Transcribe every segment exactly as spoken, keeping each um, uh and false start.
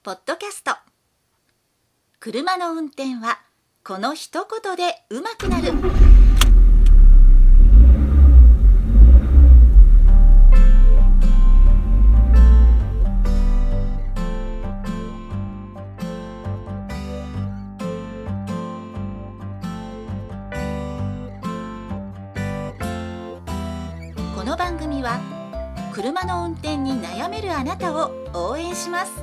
ポッドキャスト。車の運転はこの一言でうまくなる。この番組は車の運転に悩めるあなたを応援します。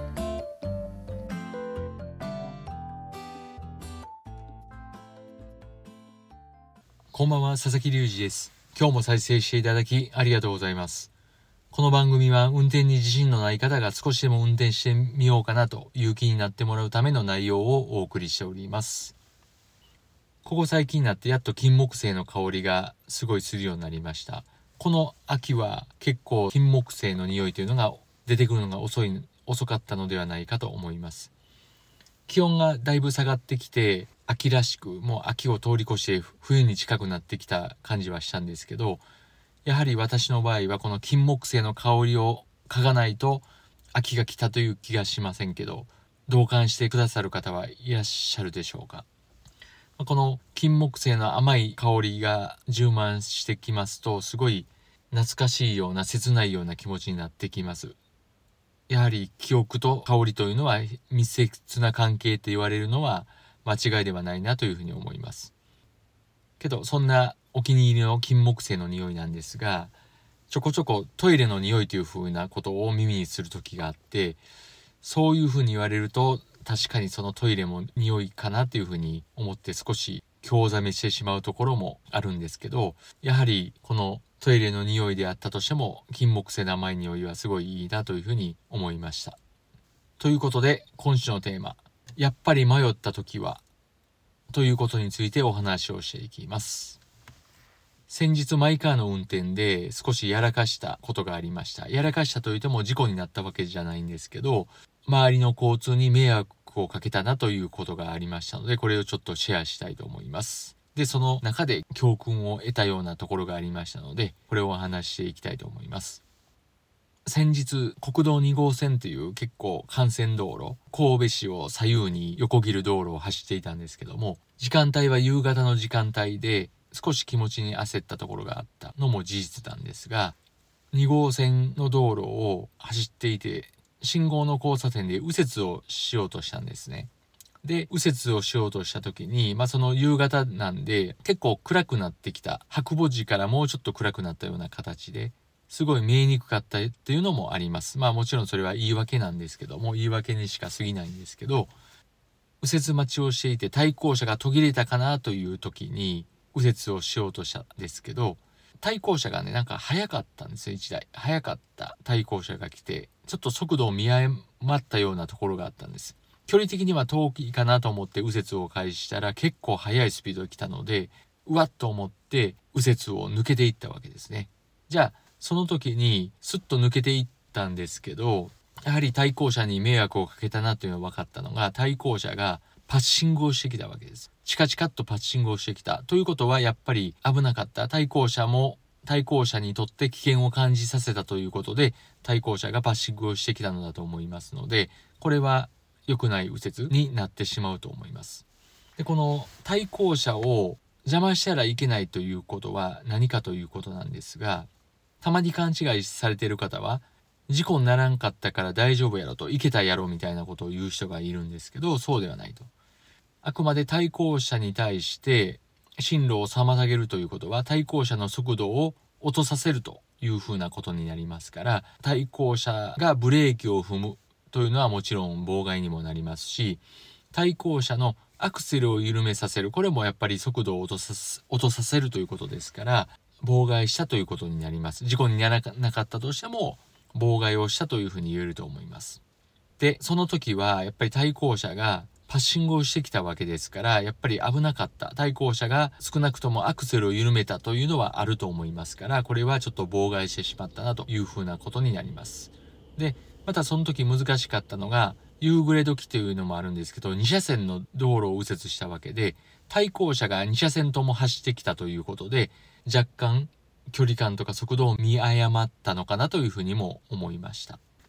こんばんは、佐々木隆二です。今日も再生していただきありがとうございます。この番組は運転に自信のない方が少しでも運転してみようかなという気になってもらうための内容をお送りしております。ここ最近になってやっと金木犀の香りがすごいするようになりました。この秋は結構金木犀の匂いというのが出てくるのが遅い、遅かったのではないかと思います。気温がだいぶ下がってきて、秋らしく、もう秋を通り越して冬に近くなってきた感じはしたんですけど、やはり私の場合はこの金木犀の香りを嗅がないと秋が来たという気がしませんけど、同感してくださる方はいらっしゃるでしょうか。この金木犀の甘い香りが充満してきますと、すごい懐かしいような切ないような気持ちになってきます。やはり記憶と香りというのは密接な関係って言われるのは間違いではないなというふうに思います。けどそんなお気に入りの金木犀の匂いなんですが、ちょこちょこトイレの匂いというふうなことを耳にする時があって、そういうふうに言われると確かにそのトイレも匂いかなというふうに思って少し興ざめしてしまうところもあるんですけど、やはりこのトイレの匂いであったとしても金木犀の甘い匂いはすごいいいなというふうに思いました。ということで今週のテーマ、やっぱり迷った時はということについてお話をしていきます。先日マイカーの運転で少しやらかしたことがありました。やらかしたといっても事故になったわけじゃないんですけど、周りの交通に迷惑をかけたなということがありましたので、これをちょっとシェアしたいと思います。で、その中で教訓を得たようなところがありましたので、これをお話ししていきたいと思います。先日国道に号線という結構幹線道路、神戸市を左右に横切る道路を走っていたんですけども、時間帯は夕方の時間帯で少し気持ちに焦ったところがあったのも事実なんですが、に号線の道路を走っていて信号の交差点で右折をしようとしたんですね。で、右折をしようとした時に、まあその夕方なんで結構暗くなってきた、白母寺からもうちょっと暗くなったような形ですごい見えにくかったっていうのもあります。まあもちろんそれは言い訳なんですけども、言い訳にしか過ぎないんですけど、右折待ちをしていて対向車が途切れたかなという時に右折をしようとしたんですけど、対向車がね、なんか速かったんですよ。一台速かった対向車が来て、ちょっと速度を見誤ったようなところがあったんです。距離的には遠いかなと思って右折を開始したら結構速いスピードで来たので、うわっと思って右折を抜けていったわけですね。じゃあその時にスッと抜けていったんですけど、やはり対向車に迷惑をかけたなというのが分かったのが、対向車がパッシングをしてきたわけです。チカチカっとパッシングをしてきたということは、やっぱり危なかった。対向車も対向車にとって危険を感じさせたということで、対向車がパッシングをしてきたのだと思いますので、これは良くない右折になってしまうと思います。で、この対向車を邪魔したらいけないということは何かということなんですが、たまに勘違いされている方は、事故にならんかったから大丈夫やろと、いけたやろみたいなことを言う人がいるんですけど、そうではないと。あくまで対向車に対して進路を妨げるということは、対向車の速度を落とさせるというふうなことになりますから、対向車がブレーキを踏むというのはもちろん妨害にもなりますし、対向車のアクセルを緩めさせる、これもやっぱり速度を落とさす、落とさせるということですから、妨害したということになります。事故にならなかったとしても妨害をしたというふうに言えると思います。で、その時はやっぱり対向車がパッシングをしてきたわけですから、やっぱり危なかった。対向車が少なくともアクセルを緩めたというのはあると思いますから、これはちょっと妨害してしまったなというふうなことになります。で、またその時難しかったのが、夕暮れ時というのもあるんですけど、に車線の道路を右折したわけで、対向車がに車線とも走ってきたということで、若干距離感とか速度を見誤ったのかなというふうにも思いました。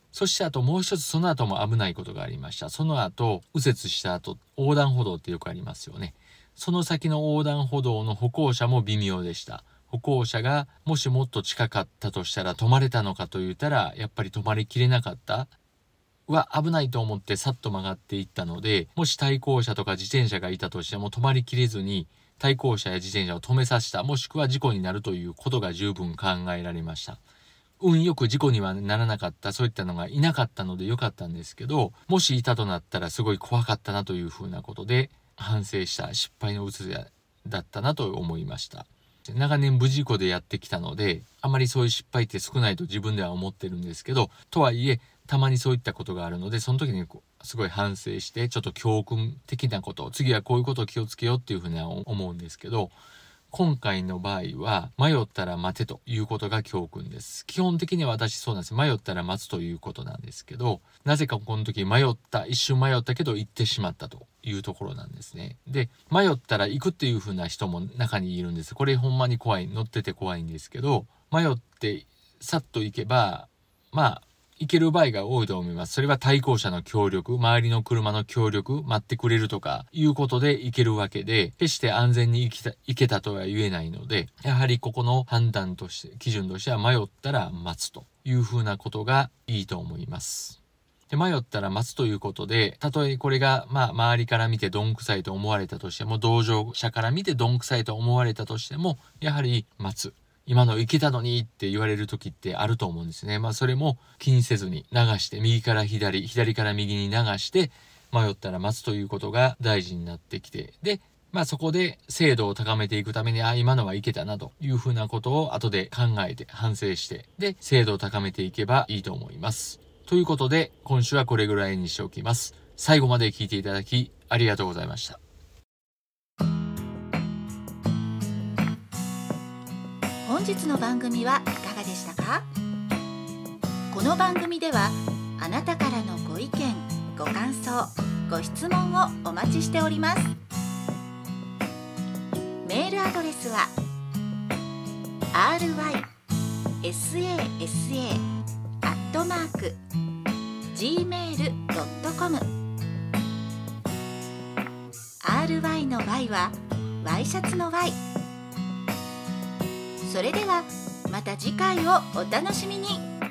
そしてあともう一つ、その後も危ないことがありました。その後右折した後、横断歩道ってよくありますよね。その先の横断歩道の歩行者も微妙でした。歩行者がもしもっと近かったとしたら止まれたのかと言ったら、やっぱり止まりきれなかった。は危ないと思ってさっと曲がっていったので、もし対向車とか自転車がいたとしても止まりきれずに対向車や自転車を止めさせた、もしくは事故になるということが十分考えられました。運よく事故にはならなかった、そういったのがいなかったのでよかったんですけど、もしいたとなったらすごい怖かったなというふうなことで反省した失敗の渦だったなと思いました。長年無事故でやってきたので、あまりそういう失敗って少ないと自分では思ってるんですけど、とはいえたまにそういったことがあるので、その時にすごい反省して、ちょっと教訓的なこと、次はこういうことを気をつけようっていうふうには思うんですけど、今回の場合は迷ったら待てということが教訓です。基本的には私そうなんです。迷ったら待つということなんですけど、なぜかこの時迷った、一瞬迷ったけど行ってしまったというところなんですね。で、迷ったら行くっていう風な人も中にいるんです。これほんまに怖い、乗ってて怖いんですけど、迷ってさっと行けば、まあ行ける場合が多いと思います。それは対向車の協力、周りの車の協力、待ってくれるとかいうことで行けるわけで、決して安全に行きた行けたとは言えないので、やはりここの判断として、基準としては迷ったら待つというふうなことがいいと思います。で、迷ったら待つということで、たとえこれがまあ周りから見てどんくさいと思われたとしても、同乗者から見てどんくさいと思われたとしても、やはり待つ。今の行けたのにって言われる時ってあると思うんですね。まあそれも気にせずに流して、右から左、左から右に流して迷ったら待つということが大事になってきて、で、まあそこで精度を高めていくために、あ、今のはいけたなというふうなことを後で考えて反省して、で、精度を高めていけばいいと思います。ということで今週はこれぐらいにしておきます。最後まで聞いていただきありがとうございました。 本日の番組はいかがでしたか？この番組ではあなたからのご意見、ご感想、ご質問をお待ちしております。メールアドレスは アールワイエスエーエスエー アットマーク ジーメール ドットコム アールワイ の Y はワイシャツの Y。それではまた次回をお楽しみに。